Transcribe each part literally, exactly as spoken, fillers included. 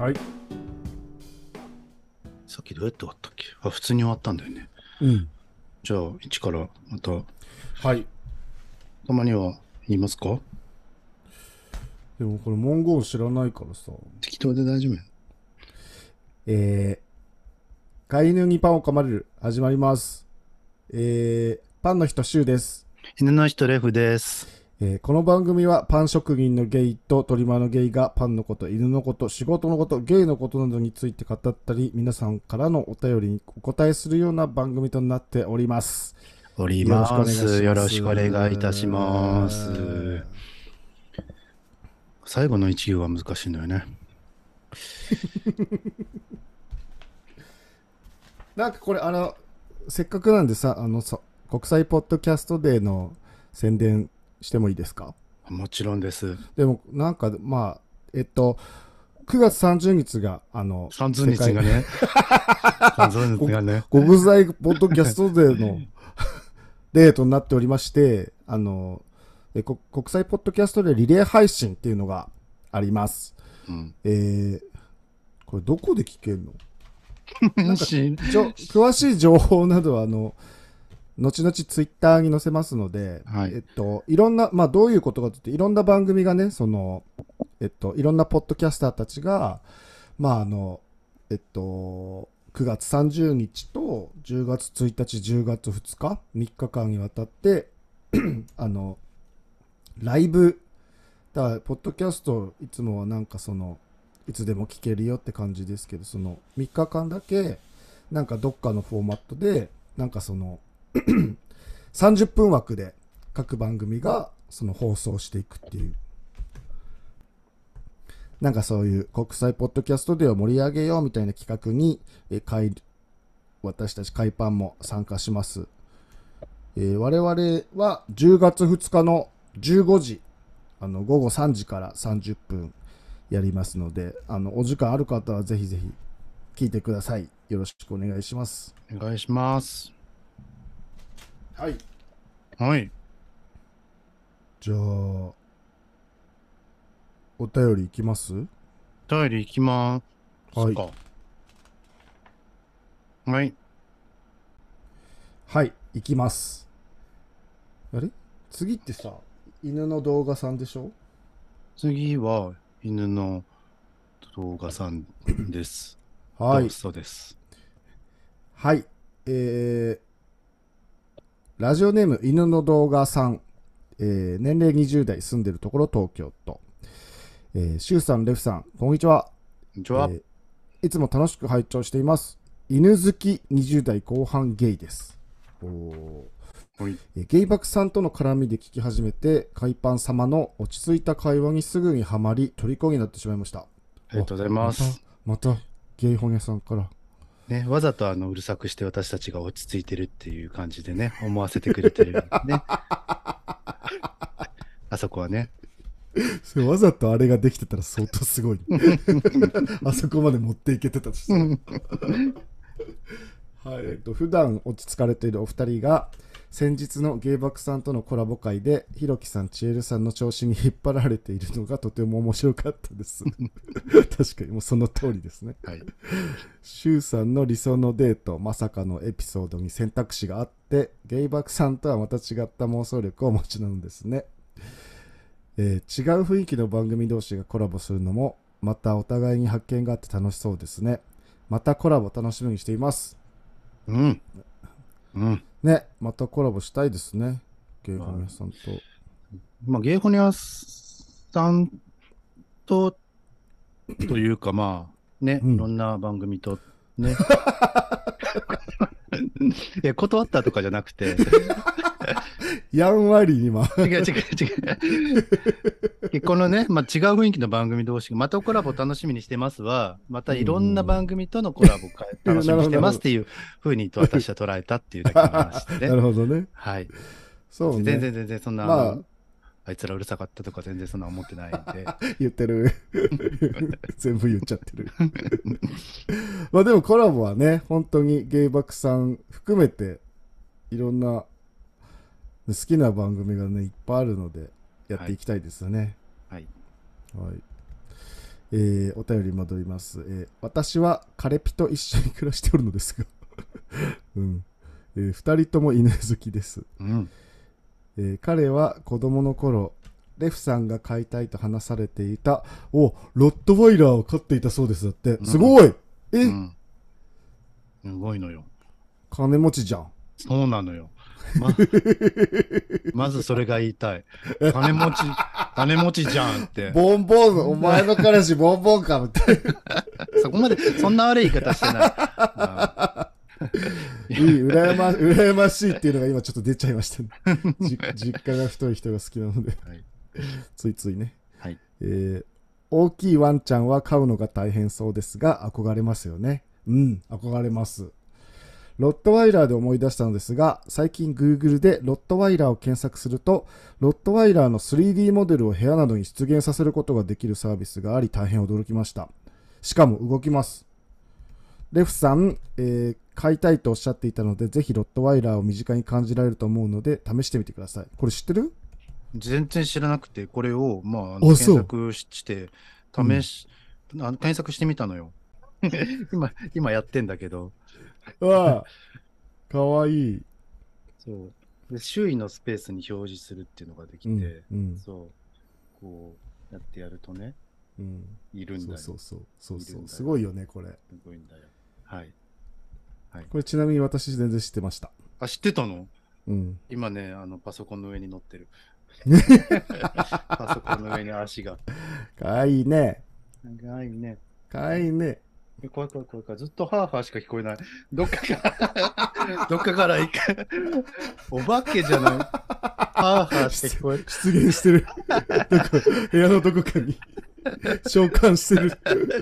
はい。 さっきどうやって終わったっけ？あ、普通に終わったんだよね。 うん。 じゃあ、一からまた、 はい。 たまには言いますか？ でもこれ文言知らないからさ。 適当で大丈夫や。 えー、飼い犬にパンを噛まれる。始まります。えー、パンの人、シュウです。 犬の人レフです。 えーこの番組はパン職人のゲイとトリマーのゲイがパンのこと、犬のこと、仕事のこと、ゲイのことなどについて語ったり、皆さんからのお便りにお答えするような番組となっております。 おりよろしくお願います。 します。 よろしくお願いいたします。最後の一行は難しいんだよね。 なんかこれ、あの、せっかくなんでさ、あのさ、国際ポッドキャストデーの宣伝してもいいですか？ もちろんです。 でも、なんか、まあ、えっと、くがつさんじゅうにちが、あの、 30 世界、 日がね。さんじゅうにち国がね。 国際ポッドキャストデーのデートになっておりまして、あの、えこ国際ポッドキャストデーリレー配信っていうのがあります。 うん。 えー、これどこで聞けるの？なんか、 し、 じょ詳しい情報などは、あの、後々ツイッターに載せますので、 はい。 えっと、いろんな、まあどういうことかというと、いろんな番組がね、その、えっと、いろんなポッドキャスターたちが、まああの、えっと、くがつさんじゅうにちとじゅうがつついたち、じゅうがつふつか、みっかかんにわたって、あの、ライブ、だから、ポッドキャスト、いつもはなんかその、いつでも聞けるよって感じですけど、そのみっかかんだけ、なんかどっかのフォーマットで、なんかその、さんじゅっぷん枠で各番組がその放送していくっていう、なんかそういう国際ポッドキャストデーを盛り上げようみたいな企画に、えー私たち海パンも参加します。えー我々はじゅうがつふつかのじゅうごじ、あの午後さんじからさんじゅっぷんやりますので、あのお時間ある方はぜひぜひ聞いてください。よろしくお願いします。 お願いします。 はい。 はい。 じゃあ、お便りいきます？ お便り行きますはい。 か。はい。 はい、いきます。あれ次ってさ、犬の動画さんでしょ？ 次は、犬の動画さんです。 はい。 どうぞです。 はい。えー、ラジオネーム犬の動画さん。えー、年齢にじゅう代、住んでるところ東京都。えー、シュウさん、レフさん、こんにちは。 こんにちは。 えー、いつも楽しく拝聴しています。犬好きにじゅう代後半ゲイです。おー。 はい。 えーゲイバクさんとの絡みで聞き始めて、海パン様の落ち着いた会話にすぐにはまり、虜になってしまいました。お、 ありがとうございままた、 す。 また、ゲイ本屋さんから。 ね、わざとあの、うるさくして私たちが落ち着いてるっていう感じでね、思わせてくれてるんですね。あそこはね。 それわざとあれができてたら相当すごい。あそこまで持っていけてたとしたら。はい。えっと、普段落ち着かれているお二人が、先日のゲイバクさんとのコラボ会で、ひろきさん、ちえるさんの調子に引っ張られているのがとても面白かったです。確かに、もうその通りですね。 はい。 シュウさんの理想のデート、まさかのエピソードに選択肢があって、ゲイバクさんとはまた違った妄想力をお持ちなんですね。えー違う雰囲気の番組同士がコラボするのも、またお互いに発見があって楽しそうですね。またコラボ楽しみにしています。 うん。うん。 ね、またコラボしたいですね。ゲイまあ、 本屋さんと。 まあ、ゲイホニャさんと、というかまあ、ね、 うん。 いろんな番組と、ね。いや、断ったとかじゃなくて、 やんわり今。 違う違う違う。このね、まあ、違う雰囲気の番組同士が、またコラボ楽しみにしてますは、またうんういろんなん番組とのコラボかうん。 楽しみにしなるほど、なるほど。 てますっていうふうにと私は捉えたっていうだけの話でね。 なるほどね。 はい。 そうね。 全然全然そんなあの、 まあ、 あいつらうるさかったとか全然そんな思ってないんで。 言ってる。全部言っちゃってる。まあでもコラボはね、本当にゲイバクさん含めて、いろんな好きな番組がね、いっぱいあるので、やっはい。 ていきたいですよね。 はい。 はい。 えー、お便り戻ります、えー、私はカレピと一緒に暮らしておるのですが、うんえー、ふたりとも犬好きです、 うんえー、彼は子供の頃レフさんが飼いたいと話されていたおロットワイラーを飼っていたそうです。だってすごい、うん、え、うん、 すごいのよ。 金持ちじゃん。 そうなのよ。ま, まずそれが言いたい。金持ち、金持ちじゃんって。 ボンボン、お前の彼氏ボンボンかみたいな。 そこまで、そんな悪い言い方してない。 いい、羨ま、羨ましいっていうのが今ちょっと出ちゃいましたね。実家が太い人が好きなので、はい、ついついね。 はい、 えー、大きいワンちゃんは飼うのが大変そうですが、憧れますよね。うん、憧れます。ロットワイラーで思い出したのですが、最近 Google でロットワイラーを検索すると、ロットワイラーの スリーディー モデルを部屋などに出現させることができるサービスがあり、大変驚きました。しかも動きます。レフさん、えー、買いたいとおっしゃっていたので、ぜひロットワイラーを身近に感じられると思うので、試してみてください。これ知ってる？ 全然知らなくて、これを、まあ、あの検索して、試し、うん、あの検索してみたのよ。今、今やってんだけど。 わあ、かわいい。 そうで。周囲のスペースに表示するっていうのができて、うんうん、そう。こうやってやるとね、うん、いるんだよ。 そうそうそうそうそう。すごいよね、これ。すごいんだよ。はい。 はい、これちなみに私全然知ってました。 あ、知ってたの？ うん。 今ね、あのパソコンの上に乗ってる。パソコンの上に足が。 かわいいね。 かわいいね。 かわいいね。 怖い怖い怖い怖い。ずっとハーハーしか聞こえない。どっかから、どっかから一回、お化けじゃない。ハーハーしか聞こえる。 出現してる。どこ部屋のどこかに召喚してる。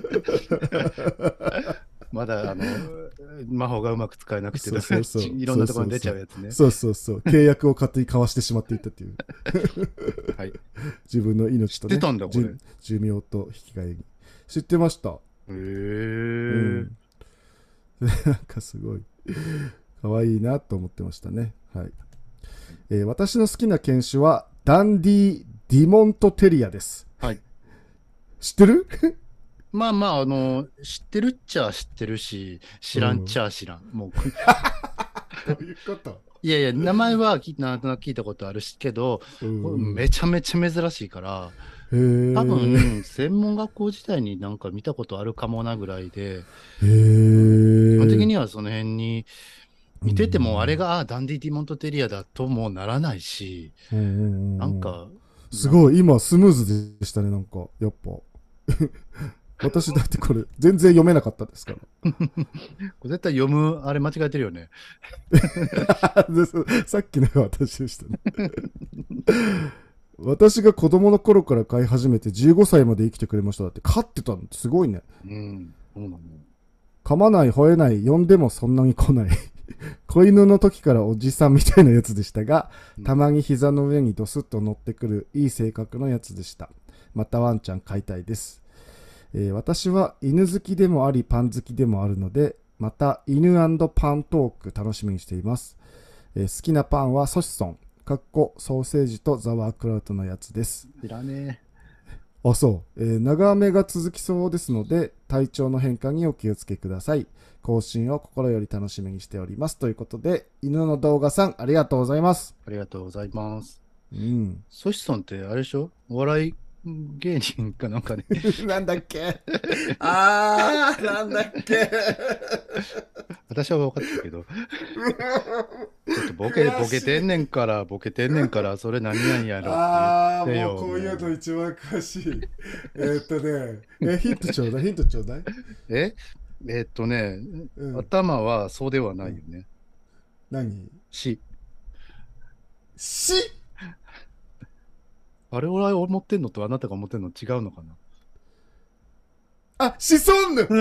まだあの魔法がうまく使えなくて、そうそうそういろんなところに出ちゃうやつね。 そうそうそう。契約を勝手に交わしてしまっていたっていう。はい。自分の命とね。 知ってたんだこれ。 寿命と引き換えに。知ってました。 へえ、うん。 なんかすごい可愛いなと思ってましたね。はい。えー、私の好きな犬種はダンディ・ディモントテリアです。 はい。 知ってる？ まあまあ、あの、知ってるっちゃ知ってるし、知らんっちゃ知らん。うん、もう。 どういうこと？ いやいや、名前はなんとなく聞いたことあるしけど、うん、めちゃめちゃ珍しいから、多分、専門学校時代になんか見たことあるかもなぐらいで、 へー、 基本的にはその辺に見てても、あれが、あ、ダンディ・ディモントテリアだともならないし、なんか、 すごい、今スムーズでしたね、なんか、やっぱ。私だってこれ全然読めなかったですから。これ絶対読むあれ間違えてるよね。 さっきのが私でしたね。私が子供の頃から飼い始めてじゅうごさいまで生きてくれました。だって飼ってたのってすごいね。 うん、そうなの。 噛まない、吠えない、呼んでもそんなに来ない。子犬の時からおじさんみたいなやつでしたが、たまに膝の上にドスッと乗ってくるいい性格のやつでした。またワンちゃん飼いたいです。えー、私は犬好きでもありパン好きでもあるので、また犬&パントーク楽しみにしています。えー、好きなパンはソシソン、かっこソーセージとザワークラウトのやつです。 知らねえ。あ、そう、えー。長雨が続きそうですので、体調の変化にお気をつけください。更新を心より楽しみにしております。ということで、犬の動画さん、ありがとうございます。 ありがとうございます。 うん。 ソシソンってあれでしょ？お笑い芸人かなんかね。 なんだっけあー、なんだっけ私は分かってるけど。ちょっとボケ、ボケてんねんから、ボケてんねんから、それ何なんやろあー、もうこういうの一番詳しい。えーっとね、え、ヒントちょうだい、ヒントちょうだい。 ええー、っとね、うん、頭はそうではないよね。 うん、何？ し。 しあれ俺思ってんのとあなたが思ってんの違うのかな？ あ、シソンヌ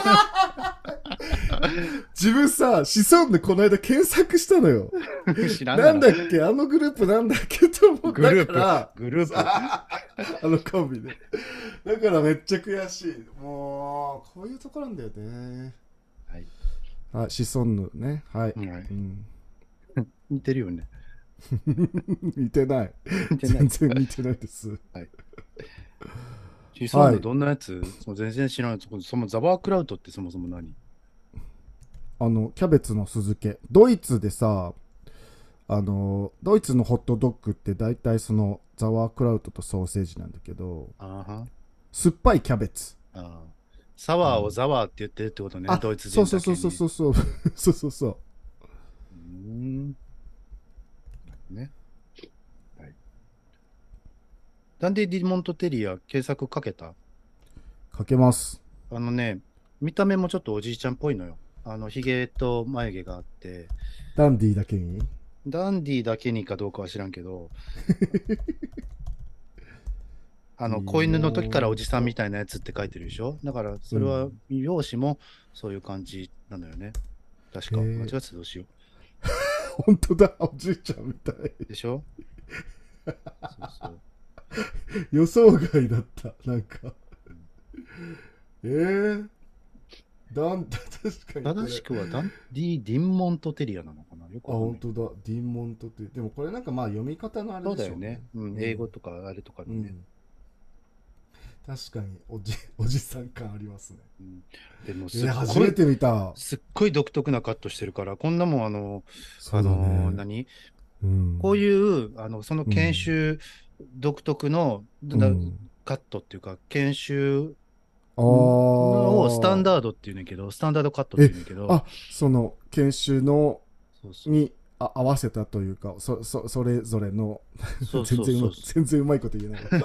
自分さ、シソンヌこの間検索したのよ。 知らんな。 なんだっけあのグループなんだっけと思ったから。グループ。グループ。 あのコンビで。だからめっちゃ悔しい。もう、こういうとこなんだよね。はい。あ、シソンヌね。はい。はい、うん、 似てるよね。 似てない。似てない。全然似てないです。はい。 シソンヌどんなやつ、その全然知らない。そのザワークラウトってそもそも何？ あの、キャベツの酢漬け。ドイツでさ、あの、ドイツのホットドッグって大体そのザワークラウトとソーセージなんだけど、 あは。 酸っぱいキャベツ。 あサワーをザワーって言ってるってことね、 あ、 ドイツそう人だけに。 そうそうそうそうそう。そうそうそう。 うーん。ね。はい。ダンディ・ディモント・テリア検索かけた？ かけます。 あのね、見た目もちょっとおじいちゃんっぽいのよ。あの、ひげと眉毛があって、 ダンディだけに。 ダンディだけにかどうかは知らんけど、あデの、子ィモ犬の時からおント。 じさんみたいなやつって書いてるでしょ？だから、それは、 うん。 容姿もそういう感じなのよね。確か。間違へえ。 ってたらどうしよ本当だ、おじいちゃんみたい。 う。でしょ？そうそう。 予想外だった。なんか。 うん、 えー、ダン、確かにこれ。 正しくはダンディ・ディンモント・テリアなのかな？よくあ、 わかんないけど。 本当だ。ディンモントって。でもこれなんかまあ読み方のあれそうでしょうね。 だよね。うん、 うん。 英語とかあれとかのね。 うん。確かにおじ、おじさん感ありますね。 うん、でも、 えー、 すっごい、 初めて見た。 すっごい独特なカットしてるから、こんなもん、あの、あそうだの、 ね。 何うん。 こういう、あの、そのうん。 研修独特のだうん。 カットっていうか、研修あのをスタンあ。 ダードっていうんだけど、スタンダードカットってえ、 いうんだけど、 あ、その研修のそうそう。 にあ合わせたというか、そそそれぞれのそう全然うまそうそう。 く全然うまいこと言えないわ。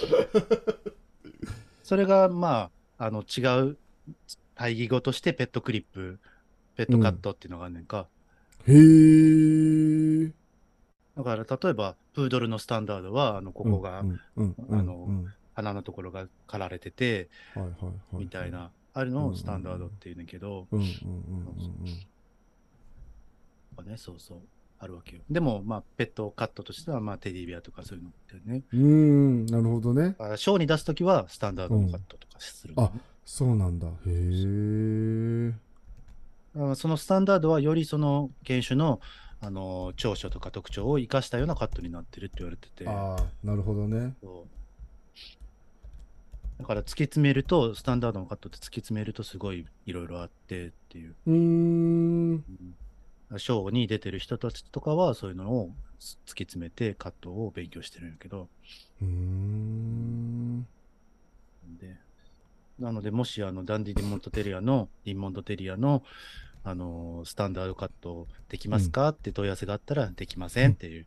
それが、まあ、あの、違う対義語としてペットクリップ、ペットカッうん。 トっていうのがあるねんか。 へえ。 だから、例えば、プードルのスタンダードは、あの、こうんこが、 うんうんうあの、 んうん。 鼻のところが刈られてて、 はいはいはいはい。 みたいな、あるうんうのをスタンダードっんていうんだけど、 うんうんうんそうそううんとかね、そうそう、あるわけよ。でも、まあ、ペットカットとしては、まあ、テディベアとかそういうのってね、 うん。うーん、なるほどね。 あショーに出すときは、スタンダードのカッうん。 トとかするのよあ、 ね。 そうなんだ。へえ。 あそのスタンダードは、よりその犬種の、あの長所とか特徴を生かしたようなカットになってるって言われてて、 ああ、なるほどね。 そうだから突き詰めると、スタンダードのカットって突き詰めるとすごいいろいろあってっていう。 うーん。 うんショーに出てる人たちとかはそういうのを突き詰めてカットを勉強してるんやけど、 うーうんん。 で、なので、もしあのダンディ・ディモント・テリアの、ディモント・テリアの、あのースタンダードカットできうん。 ますかって問い合わせがあったら、できませんっていう。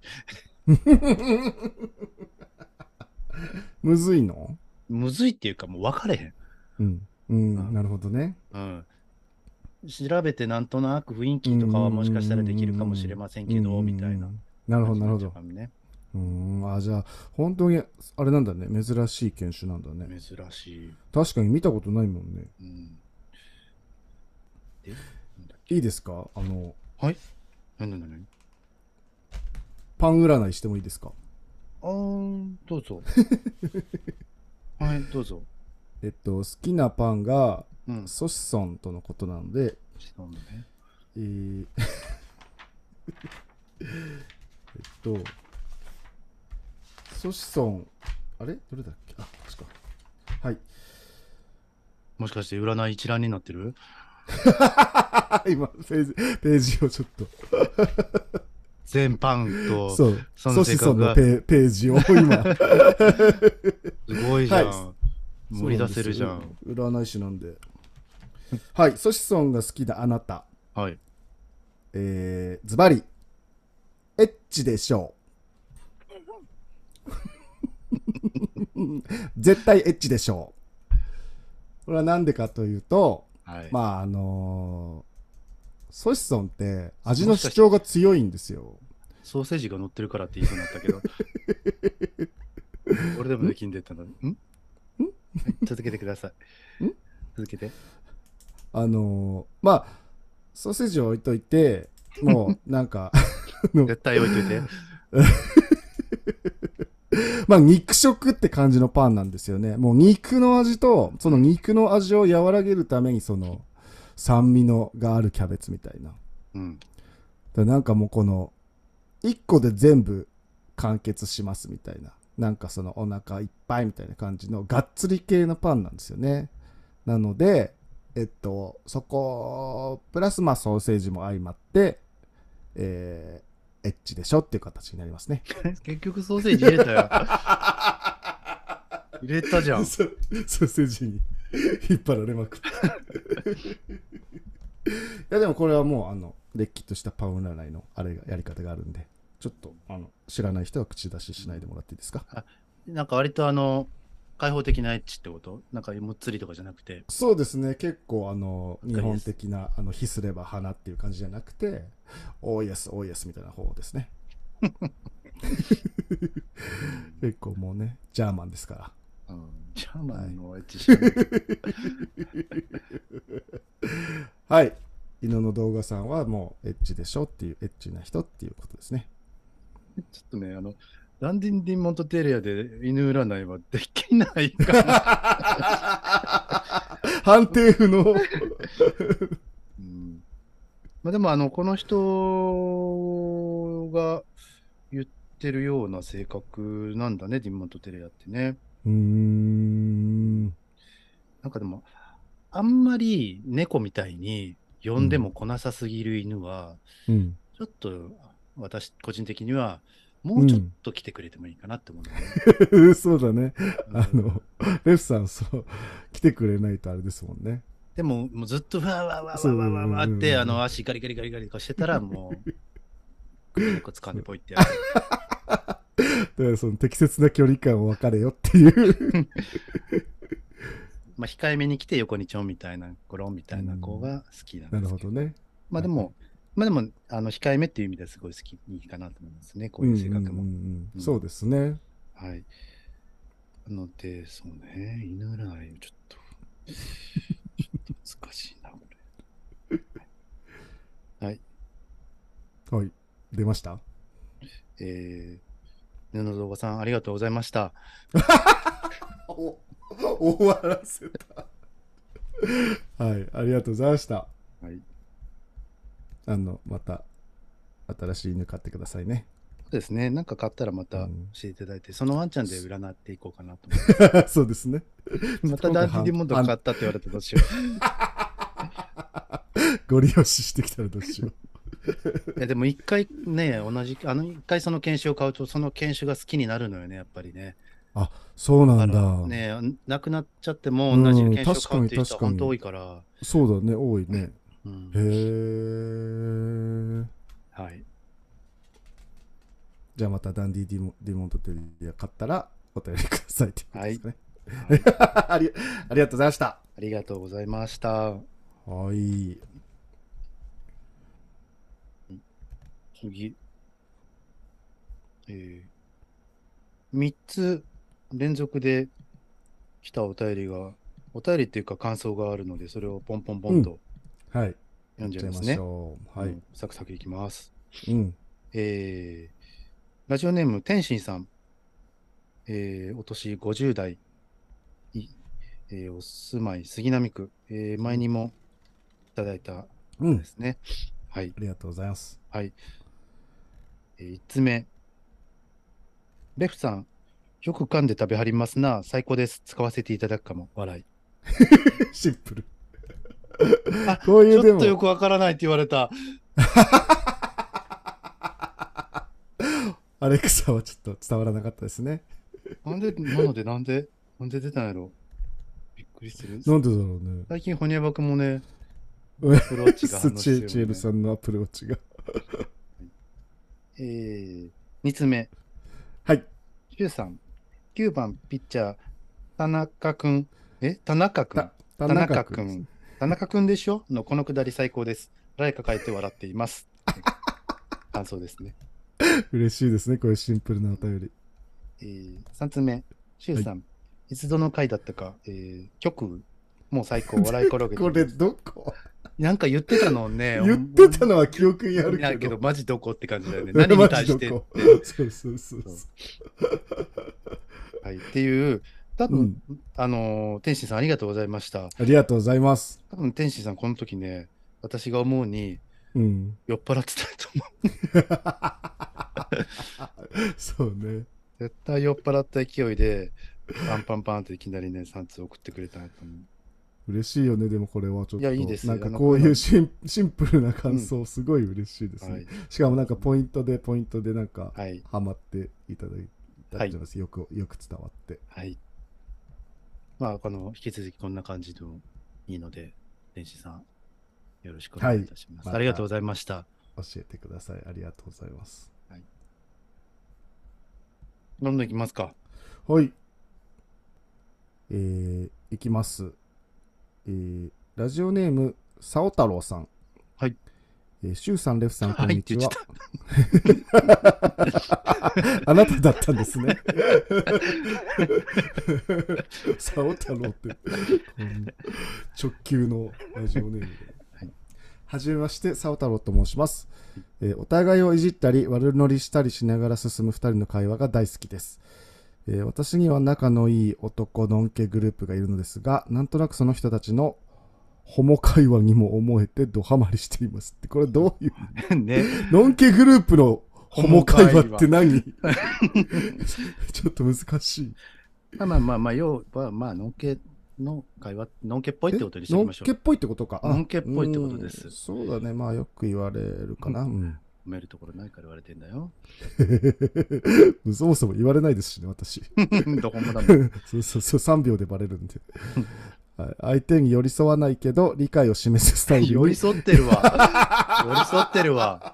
むずいの？ むずいっていうか、もう分かれへん。 うん。うん。 うん。 なるほどね。 うん。調べてなんとなく雰囲うんうんうん気とかはもしかしたらできるかもしれませんうんうん。うんうんうけど、みたいなん。なるほど、 感じになっなるほど。 ちゃうかもね。 うーうん。 ん。あ、じゃあ、本当に、あれなんだね。珍しい犬種なんだね。 珍しい。 確かに見たことないもんね。 うん。で、なんだっけ。 いいですか？あの、 はい。なんだなんだなんだ。 パン占いしてもいいですか？ あー、どうぞ。はい、どうぞ。 えっと、好きなパンが、 うん。 ソシソンとのことなので、 そうだね。 えー、えっと、ソシソン、あれどれだっけ？あ、こっちか。はい。 もしかして占い一覧になってる？ 今ページ、ページをちょっと、 全般と、 そう、 そのソシソンの性格が、 ペページを今、 すごいじはい、 ゃん。 そう盛り出せなんですよ。 るじゃん。 占い師なんで。はい、ソシソンが好きなあなた。 はい。 えー、ズバリ、エッチでしょう。絶対エッチでしょう。これはなんでかというと、 はい。 まあ、あのー、ソシソンって味のもしかして、 主張が強いんですよ。 ソーセージが乗ってるからって言いそうになったけど、俺でもできんでったの。んはい、続けてください。 ん続けて。 あのー、まあ、ソーセージを置いといて、もうなんかの絶対置いといて。 まあ肉食って感じのパンなんですよね。もう肉の味と、その肉の味を和らげるためにその酸味のがあるキャベツみたいな。 うん。 だなんかもうこのいっこで全部完結しますみたいな。 なんかそのお腹いっぱいみたいな感じのがっつり系のパンなんですよね。なので、えっと、そこ、プラスまあソーセージも相まって、えー、エッチでしょっていう形になりますね。 結局ソーセージ入れたよ。入れたじゃん。 ソーセージに引っ張られまくって。いやでもこれはもうあの、れっきとしたパン占いのあれがやり方があるんで、ちょっとあの知らない人は口出ししないでもらっていいですか。 あ、なんか割とあの、開放的なエッチってこと？なんかむっつりとかじゃなくて。 そうですね、結構あの日本わかりやすい。 的なあの、非すれば花っていう感じじゃなくて、オーイエス、オーイエスみたいな方ですね。結構もうね、ジャーマンですから。 うん、ジャーマンのエッチしかない。 はい。犬の動画さんはもうエッチでしょっていう、エッチな人っていうことですね。 ちょっとね、あの、ランディンディモントテレアで犬占いはできないかな。 判定不能。 うん、まあ、でも、あの、この人が言ってるような性格なんだね、ディモントテレアってね。 うーん。 なんかでも、あんまり猫みたいに呼んでも来なさすぎる犬は、 うん。 ちょっと私、個人的には、もううちょっん。 と来てくれてもいいかなって思うのね。 そうだね。あうん、 の、レフさん、そう、来てくれないとあれですもんね。 でも、もうずっとわーわーわーそう、 わーわーわーうんうんわーって、あうんの、足ガリガリガリガリとかしてたら、もう、首根っこ掴んでポイってやる。 だからその適切な距離感を分かれよっていう。 まあ、控えめに来て横にちょんみたいな、ゴロンみたいな子が好きなんなですけど。 るほどね。 まあでも、まあでも、あの、控えめっていう意味ですごい好き、いいかなと思いますね。こういう性格も。 うんうんうんうんうん、 そうですね。 はい。なので、そうね、犬占い、ちょっと、ちょっと難しいな、これ。はい。 はい。出ました。 えー、犬の動画さん、ありがとうございました。 お終わらせた。はい。ありがとうございました。 はい。 あの、また、新しい犬飼ってくださいね。 そうですね。なんか買ったらまた教うんえていただいて、そのワンちゃんで占っていこうかなと思います。 そうですね。 またダンディディモンド買ったって言われたらどうしよご利用ししてきたらどうしよう。 う。いやでも一回ね、同じ、あの一回その犬種を買うと、その犬種が好きになるのよね、やっぱりね。 あ、そうなんだ。 ね、なくなっちゃっても同じうん、 犬種を確かに買うっていう人確かに。 は本当多いから。 そうだね、多いね。 うん、 へえ。 はい。 じゃあまたダンディディモディモントテリア買ったらお便りくださいっていうことですかね。 はい、 あり、ありがとうございました。 ありがとうございました。 はい。 次。えー、みっつ連続で来たお便りが、お便りっていうか感想があるので、それをポンポンポンとはい。 読んじゃいますやっちゃいましね。 ょう。はい。 うん、サクサクいきます。 うん。 えー、ラジオネーム、天心さん。えー、お年ごじゅう代、いえーお住まい杉並区、えー、前にもいただいたうん。 ですね。はい。 ありがとうございます。 はい。えー、いつつめ、レフさん、よく噛んで食べはりますな。最高です。使わせていただくかも。笑い。 シンプル。 あ、 こういうでもちょっとよくわからないって言われた。 アレクサはちょっと伝わらなかったですね。 なんで、なのでなんで、なんで出たんやろ。びっくりする。 なんでだろうね。 最近、ホニャバクもね、アプローチが反応チしてるよね。 エチエルさんのアプローチが。 えー、みっつめ、 はい。 シュウさん、きゅうばんピッチャー、田中くん、え田中くんた田田中中君くん、田中くんでしょのこのくだり最高です。誰か書いて笑っています。感想ですね。 嬉しいですね、こういうシンプルなお便り。 えー、さんつめ、シュウさん、はい、いつどの回だったか、えー、曲、もう最高、笑い転げて。 これどこなんか言ってたのね。 言ってたのは記憶にあるけど。 いやけど、マジどこって感じだよね。何に対してって。 そうそうそうそう。 はい、っていう、多分、うん、あのー、天心さんありがとうございました。 ありがとうございます。 多分、天心さんこの時ね、私が思うに、 うん、 酔っ払ってたと思う。 そうね。 絶対酔っ払った勢いで、パンパンパンっていきなりね、さん通送ってくれたなと思う。 嬉しいよね。でもこれはちょっいや、いいでと、 す。 なんかあのこういうこシン、シンプルなういうの感想、すごい嬉しいですね。 はい。 しかもなんかポイントで、ポイントでなんか、 はい。 ハマっていただいたはい。 りとかして、よく、よく伝わって。 はい。まあ、この、引き続きこんな感じでもいいので、天使さん、よろしくお願いいはい。 たします。 またありがとうございました。 教えてください。ありがとうございます。 はい。どんどんいきますか。 はい。えー、いきます。えー、ラジオネーム、さおたろうさん。 はい。 えー、シュウさん、レフさん、こはいっんにちは。 て言っちゃっあなただったんですね。さおたろうって、こん直球のラジオネームで。 はい。 はじめまして、さおたろうと申します、えーお互いをいじったり、悪乗りしたりしながら進むふたりの会話が大好きです。えー私には仲のいい男のんけグループがいるのですが、なんとなくその人たちのホモ会話にも思えてドハマりしています。ってこれどういうね。 のんけグループのホモ会話って何ちょっと難しい。 まあまあまあまあ、要は、まあ、のんけの会話、のんけっぽいってことにしておきましょう。 のんけっぽいってことか。 のんけっぽいってことです。 そうだね。まあよく言われるかな。うん、 褒めるところないから言われてんだよ。 そもそも言われないですしね、私。 どこもだもん。 そうそうそう、さんびょうでバレるんで。はい、相手に寄り添わないけど理解を示すスタイルに寄り添ってるわ。寄り添ってるわ。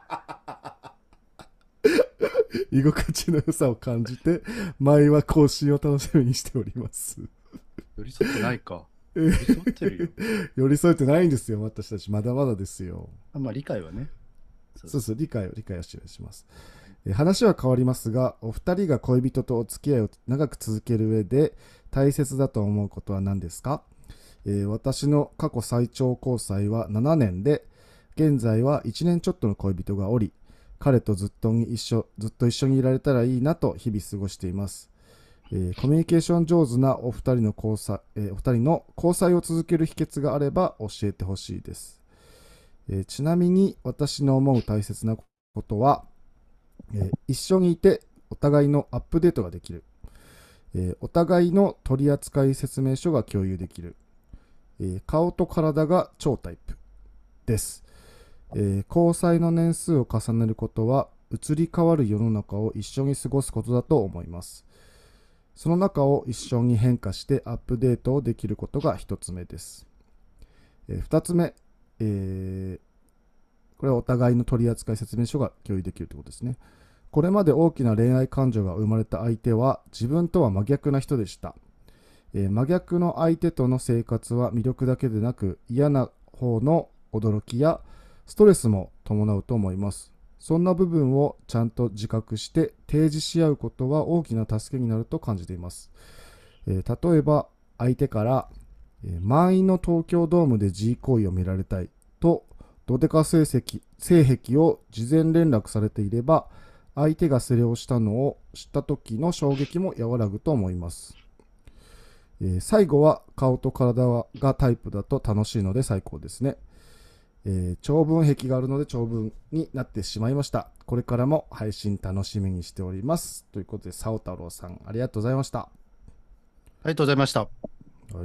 居心地の良さを感じて前は更新を楽しみにしております。 寄り添ってないか。寄り添ってるよ。 寄り添えてないんですよ、私たち。まだまだですよ。 あまあ理解はね。 そうそう、理解を理解を示します。え話は変わりますが、お二人が恋人とお付き合いを長く続ける上で大切だと思うことは何ですか？えー私の過去最長交際はななねんで、現在はいちねんちょっとの恋人がおり、彼とずっと一緒ずっと一緒にいられたらいいなと日々過ごしています。えーコミュニケーション上手なお二人の交際、えーお二人の交際を続ける秘訣があれば教えてほしいです。えーちなみに私の思う大切なことは、えー一緒にいてお互いのアップデートができる、えーお互いの取扱説明書が共有できる、えー顔と体が超タイプです。えー交際の年数を重ねることは移り変わる世の中を一緒に過ごすことだと思います。その中を一緒に変化してアップデートをできることが一つ目です。えー二つ目、えーこれはお互いの取扱説明書が共有できるということですね。これまで大きな恋愛感情が生まれた相手は自分とは真逆な人でした。えー真逆の相手との生活は魅力だけでなく嫌な方の驚きやストレスも伴うと思います。そんな部分をちゃんと自覚して提示し合うことは大きな助けになると感じています。えー例えば相手から、えー満員の東京ドームで G 行為を見られたいとドデカ成績性癖を事前連絡されていれば、相手がそれをしたのを知った時の衝撃も和らぐと思います。えー最後は顔と体がタイプだと楽しいので最高ですね。えー長文壁があるので長文になってしまいました。これからも配信楽しみにしております。ということで、さおたろうさん、ありがとうございました。 ありがとうございました。 はい。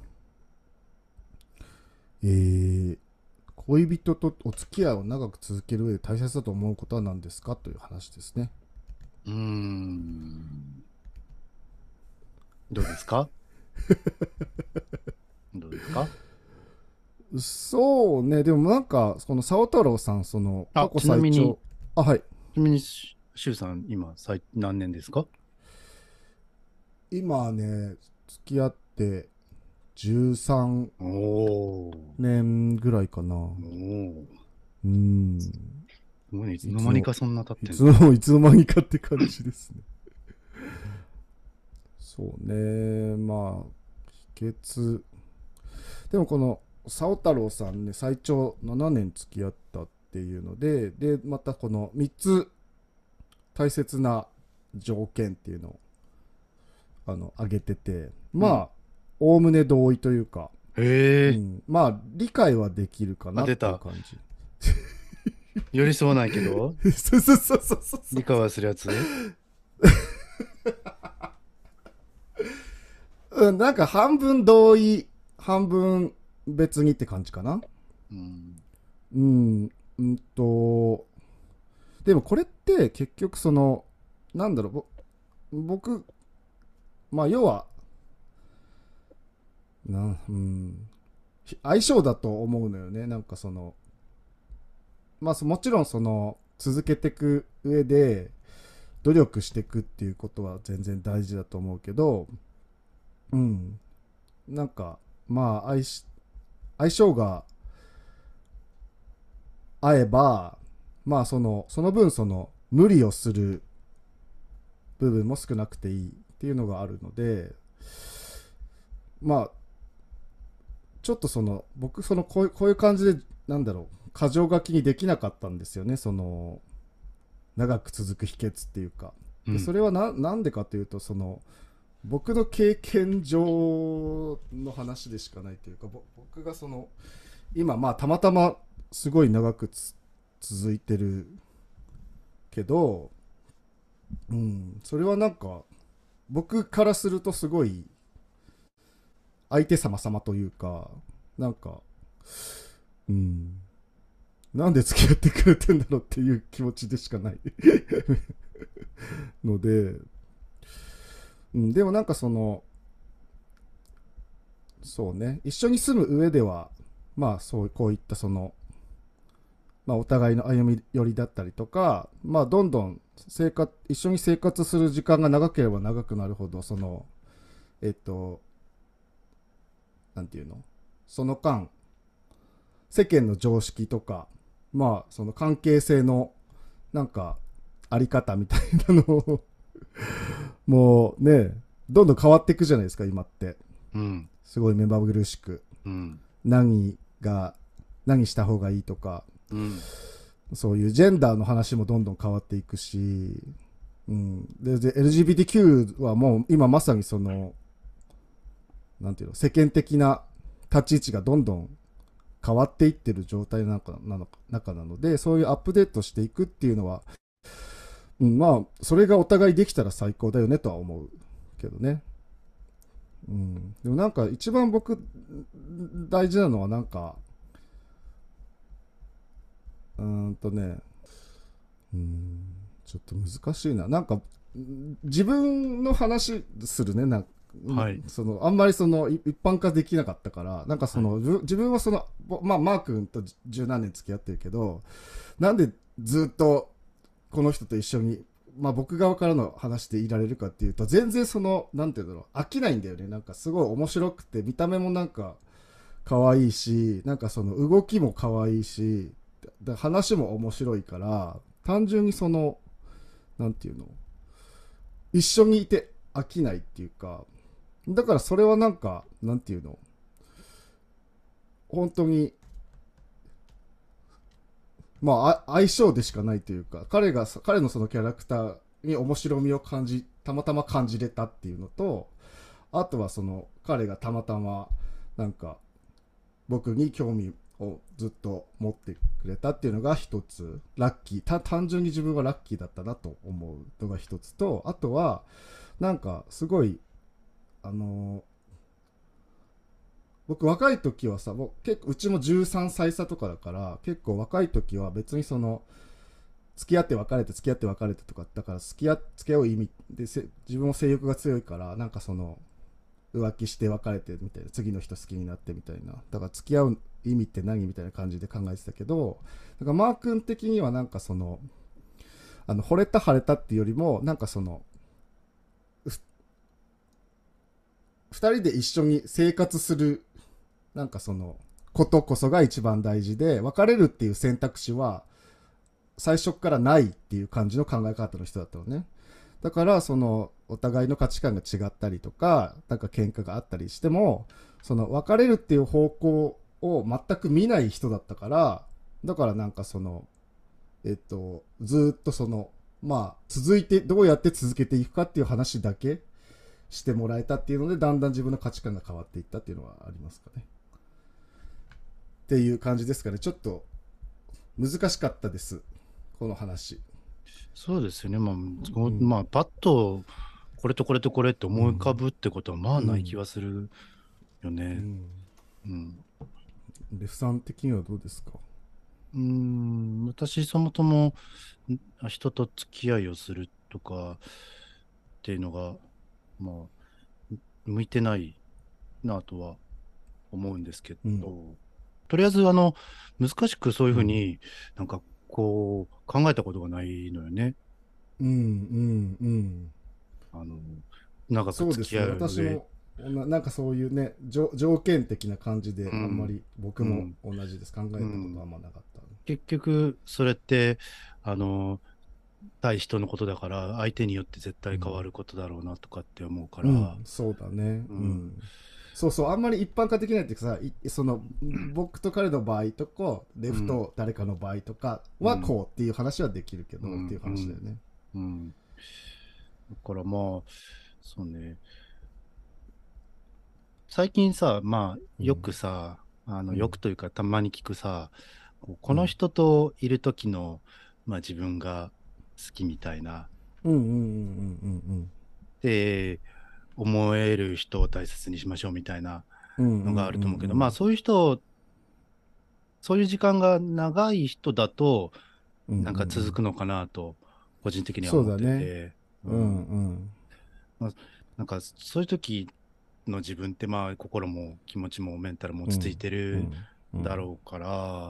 えー、恋人とお付き合いを長く続ける上で大切だと思うことは何ですかという話ですね。 うーん。どうですかどうですかそうね、でもなんか、このさおたろうさん、その、過あ、 去ちなみに最長。、あ、はい。 ちなみに、しゅうさん、今、最何年ですか？ 今ね、付き合ってじゅうさんおー。 ねんぐらいかな。 おー。 うん。 すごいね、いつの間にかそんな経っていんの？ つの、いつの間にかって感じですね。そうね、まあ、秘訣。でもこの、さおたろうさんね、最長ななねん付き合ったっていうので、で、またこのみっつ大切な条件っていうのを、あの、挙げてて、まあ、おおむね同意というか、 へえ、 うん、まあ、理解はできるかなっていう感じ。 寄り添わないけど、 そうそうそうそうそう。 理解はするやつ。 うん、なんか半分同意、半分別にって感じかな。 うん。 うん、うんと、でもこれって結局その、なんだろう、ぼ僕、まあ要は、な、うん、相性だと思うのよね。なんかその、まあもちろんその、続けていく上で、努力していくっていうことは全然大事だと思うけど、うん、なんか、まあ相し、相性が合えば、まあその、その分その、無理をする部分も少なくていいっていうのがあるので、まあ、ちょっとその、僕、その、こういうこういう感じで、なんだろう、箇条書きにできなかったんですよね、その、長く続く秘訣っていうか。で、そうん。 れはな、なんでかというと、その、僕の経験上の話でしかないというか、ぼ僕がその、今、まあ、たまたますごい長くつ続いてるけど、うん、それはなんか、僕からするとすごい相手様様というか、なんか、うん、なんで付き合ってくれてんだろうっていう気持ちでしかないので、うん、でもなんかその、そうね、一緒に住む上では、まあそう、こういったその、まあお互いの歩み寄りだったりとか、まあどんどん生活、一緒に生活する時間が長ければ長くなるほど、その、えっと、なんていうの、その間、世間の常識とか、まあその関係性のなんかあり方みたいなのをもうね、どんどん変わっていくじゃないですか今って。 うん。 すごい目まぐるしく、 うん。 何が何した方がいいとか、 うん。 そういうジェンダーの話もどんどん変わっていくし、うん、でで エルジービーティーキュー はもう今まさにそのなんていうの、世間的な立ち位置がどんどん変わっていってる状態の中なの中なので、そういうアップデートしていくっていうのは、うん、まあそれがお互いできたら最高だよねとは思うけどね。うん、でもなんか一番僕大事なのはなんか、うーんとね、うーん、ちょっと難しいな。なんか自分の話するね。なんかはい。 そのあんまりその一般化できなかったから、なんかそはい。 の自分はその、まあ、マー君と十何年付き合ってるけど、なんでずっとこの人と一緒に、まあ、僕側からの話でいられるかっていうと、全然そのなんていうんだろう、飽きないんだよね。なんかすごい面白くて、見た目もなんか可愛いし、なんかその動きも可愛いし、で話も面白いから、単純にそのなんていうの、一緒にいて飽きないっていうか、だからそれはなんかなんていうの、本当にまあ相性でしかないというか、彼が彼のそのキャラクターに面白みを感じ、たまたま感じれたっていうのと、あとはその彼がたまたまなんか僕に興味をずっと持ってくれたっていうのが一つ、ラッキー、た単純に自分はラッキーだったなと思うのが一つと、あとはなんかすごい、あの僕若い時はさ、もう結構うちもじゅうさんさい差とかだから、結構若い時は別にその付き合って別れて付き合って別れてとか、だから付き合付き合う意味で、自分も性欲が強いから、なんかその浮気して別れてみたいな、次の人好きになってみたいな、だから付き合う意味って何みたいな感じで考えてたけど、だからマー君的にはなんかその、あの惚れた腫れたっていうよりも、なんかその二人で一緒に生活する、なんかそのことこそが一番大事で、別れるっていう選択肢は最初からないっていう感じの考え方の人だったのね。だからそのお互いの価値観が違ったりとか、なんか喧嘩があったりしても、その別れるっていう方向を全く見ない人だったから、だからなんかそのえっとずっとその、まあ続いてどうやって続けていくかっていう話だけしてもらえたっていうので、だんだん自分の価値観が変わっていったっていうのはありますかね。っていう感じですかね。ちょっと難しかったです、この話。 そうですよね。まあ、そうんまあ、パッと、これとこれとこれって思い浮かうんぶってことは、まあ、ない気うんはするよね。 うんうん。 レフさん的にはどうですか？ うーん、私、そもそも、ん人と付き合いをするとかっていうのが、まあ、向いてないなとは思うんですけうんど、とりあえず、あの、難しくそういううんふうになんか、こう、考えたことがないのよね。 うんうんうんあの、長く付き合そうですね、 う上。 私もななんかそういうね条条件的な感じであんまうん、 り僕もうん、 同じです。考えたことはあうん。 んまなかった。 結局、それって、あの、対人のことだから、相手によって絶対変わうんることだろうなとかって思うかうん、 ら、 そうだね。 うん、 うん。そうそう、あんまり一般化できないっていうかさ、いその、僕と彼の場合とか、レフうん、 と誰かの場合とかはうん、 こうっていう話はできるけどっていううん、うん、 話だよね。 うん。だからまあ、そうね。最近さ、まあ、ようん。 くさ、あの、 うん。 よくというか、たまに聞くさ、こうこうん。 の人といる時の、まあ自分が好きみたいな、 うんうんうんうんで、思える人を大切にしましょうみたいなうんうん。うんうんうのがあると思うけど、まあんそういう人、そういう時間が長い人だと、 うん。うんうなんか続ん。 くのかなと、個人的にはそう思ってだね。 て、ううんん。 うん。 まあ、なんかそういう時の自分って、まあ心も気持ちもメンタルも落ち着いうんてるうんうだんろうから、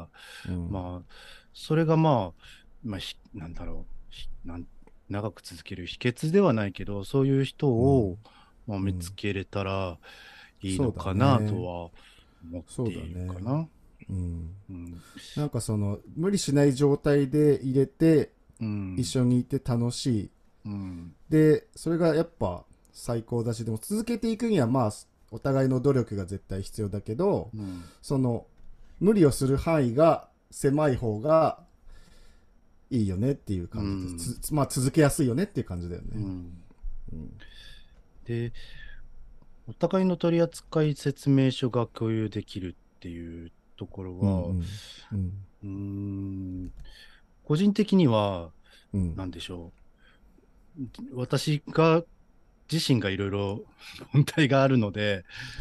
うんまあ、それがまあ、まあ、ひなんだろう、ひなん長く続ける秘訣ではないけど、そういう人うんを、まあ、見つうん。 けれたらいいそうだのかなとね。 は思っそうているかだね。 な。 うん。 うん。 なんかその無理しない状態で入れてう一ん。 緒にいて楽しい。 うん。 でそれがやっぱ最高だし、でも続けていくにはまあお互いの努力が絶対必要だけど、 うん。 その無理をする範囲が狭い方がいいよねっていうう感じです。 ん。 つまあ続けやすいよねっていう感じだよね。 うん。 うん。 で、お互いの取扱説明書が共有できるっていうところうんうは、 んうんうーん、個人的には、 うんなんでしょう。私が、自身がいろいろ問題があるので、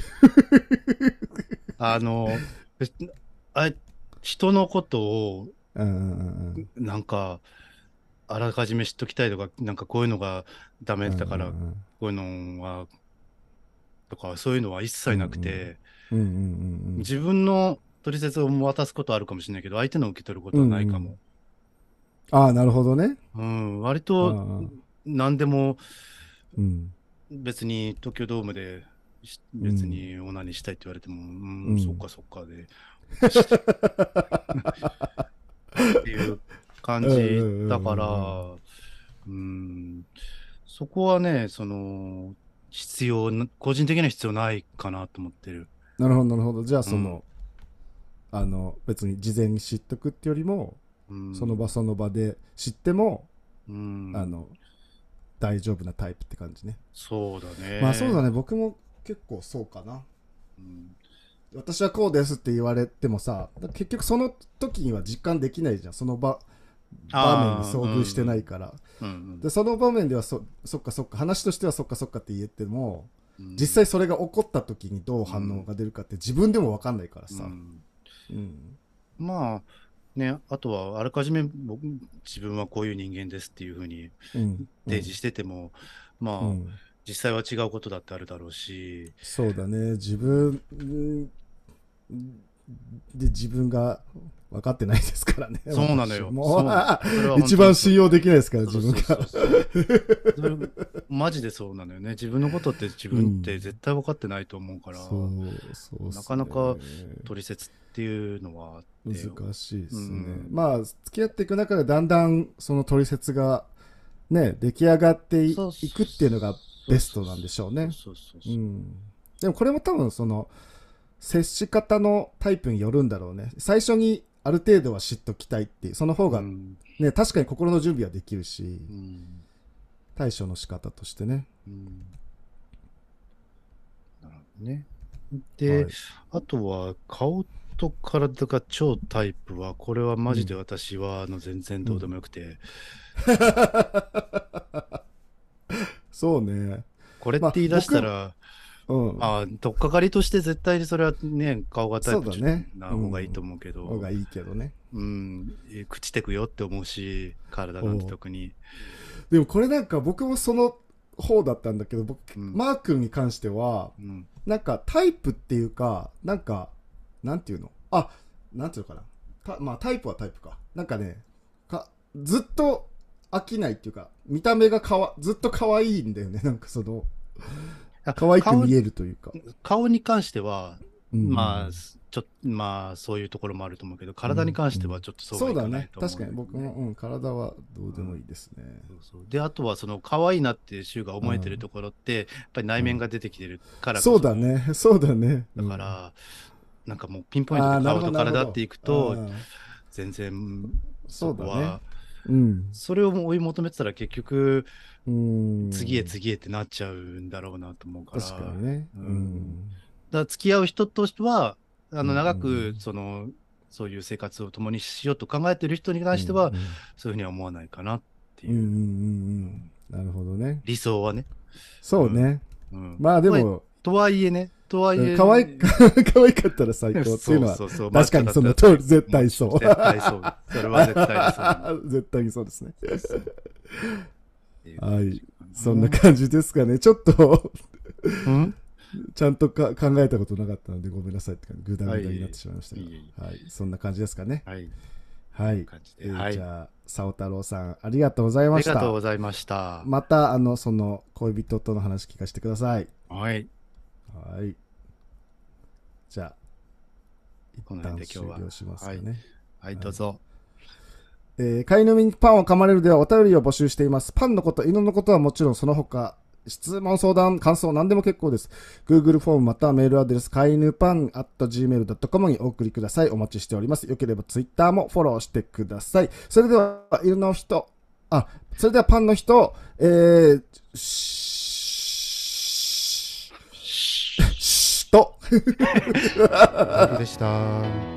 あの、あ、人のことを、 うんうんなんか、あらかじめ知っときたいとか、なんかこういうのがダメうんうだから、こんういうのは、とか、そういうのは一うんう切なくんて、 うんうん自分の取説を渡すことはあるかもしれないけど、相手の受け取るこうんうとはないんうん。 かも。 ああ、なるほどね。 うん、割あとあ、 何でもうん別に東京ドームでし別うんにオナニーしたいって言われても、うん、そっうん。 かそっかで、っていう感うんうんじだから、 うんうんうん、そこはね、その、必要な、個人的には必要ないかなと思ってる。 なるほどなるほど。じゃあうん、 その、あの別に事前に知っとくってよりも、 うその場ん、 その場で知ってもうん、 あの大丈夫なタイプって感じね。 そうだね。 まあそうだね、僕も結構そうかな。 うん、 私はこうですって言われてもさ、結局その時には実感できないじゃん。その場場面にああ、う遭遇してないん、 から。 うん、 でその場面ではそそっかそっか、話としてはそっかそっかって言えても、 うん、 実際それが起こった時にどう反応うん、 が出るかって自分でも分かんないからさ。 うん。 うん。 まあ、ね、あとは、あらかじめ僕、自分はこういう人間ですっていうふうにうんうん提示してても、まあ、 うん。 実際は違うことだってあるだろうし、 そうだね、自うん、 分で自分が分かってないですからね、 そうなのよ。 私もそうなの。それはう一番本当にそう。 信用できないですからそうそう自分が。 そうそう。それ、マジでそうなのよね。自分のことって自分ってうん。 絶対分かってないと思うから、 そうそうっなすね。 かなか取説っていうのはあって、 難しいでうすね。 ん、 まあ付き合っていく中でだんだんその取説がね出来上がっていそうくっていうのがそうそうベストなんでしょうね。 そうそうそうそう。 うん。でもこれも多分その接し方のタイプによるんだろうね。最初にある程度は知っときたいっていう、その方がうん、 ね、確かに心の準備はできるし、 うん、 対処の仕方としてね。 うん。なるほどね。で、 はい。 あとは顔と体が超タイプは、これはマジで私はあの全然どうでもよくて、 そうね。 これっまあ、 て言い出した僕、 ら、 うん。 あ、とっかかりとして絶対にそれはね、顔がタイそうプだね。 なう方がいいとん。 思うけど、 方がいいけどね。 うん、え朽ちてくよって思うし、体なんておう特に。 でもこれなんか僕もその方だったんだけど、僕、 うん、 マー君に関しては、 うん。 なんかタイプっていうか、なんか、なんていうのあ、なんていうのかな。たまあタイプはタイプか。なんかね、かずっと飽きないっていうか、見た目がかわずっと可愛いんだよね。なんかその、 あ、 可愛く顔、 見えるというか。 顔に関しては、 うんうんうまあ、 ん。 ちょ、まあ、そういうところもあると思うけど、 うん体に関してはうん、 ちょっとそうはいかないそうだね。 と思うん確かに僕も、 だよね。 うん、体はどうでもいうん。 いですね。 そうそう。で、あとは、その、可愛いなって柊が思えてるうん。 ところって、やっぱり内うん。 面が出てきてるからこそうそ、 だね。そうだね。うだかん。 ら、なんかもうピンポイントああ、なるで顔とほど、なるほど。 体っていくと、 ああ、 全然そそうだね。 こは、 うん。 それを追い求めてたら結局、 う次へん。 次へってなっちゃうんだろうなと思うか確から、 にね。 ううん。 ん。 だから付き合う人としては、あうんうの、長く、 んその、そういう生活を共にしようと考えている人にうん。 関しては、 うん。 そういうふうには思わないかなってうんうんうんういう、うん。 ん、 なるほどね。 理想はね。うん。 そうね。 うん。 まあでとはいも、 とはいえね、とはいうん可愛え、 か可愛かったら最高っていうのは、 そうそうそう、マッ確かチョだったらにその通り、絶もう対そう。 絶対そう。それは絶対にそう思う。 絶対にそうですね。 そうそう。っていうはい。 感じかそんなな。 感じですかね。ちょっとうん。 ちゃんとか考えたことなかったのでごめんなさいって感じ、グダはい。 グダになってしまいましたが。 いえいえ。 はい。そんな感じですかね。 はい。 はい。 感じで。 えーはい。 じゃあ、さおたろうさん、ありがとうございありがとうました。 ございました。 また、あの、その、恋人との話聞かせてください。 はい。 はい。じゃあ、一この辺旦で今日は。 終了しますはい。 かね。 はい、 はい。 どうぞ。 えー、飼い犬にパンを噛まれるではお便りを募集しています。パンのこと、犬のことはもちろんその他、質問、相談、感想、何でも結構です。Google フォームまたはメールアドレス、飼い犬パン at ジーメールドットコム にお送りください。お待ちしております。よければ Twitter もフォローしてください。それでは、犬の人、あ、それではパンの人、えー、し、しと、 ライブでした。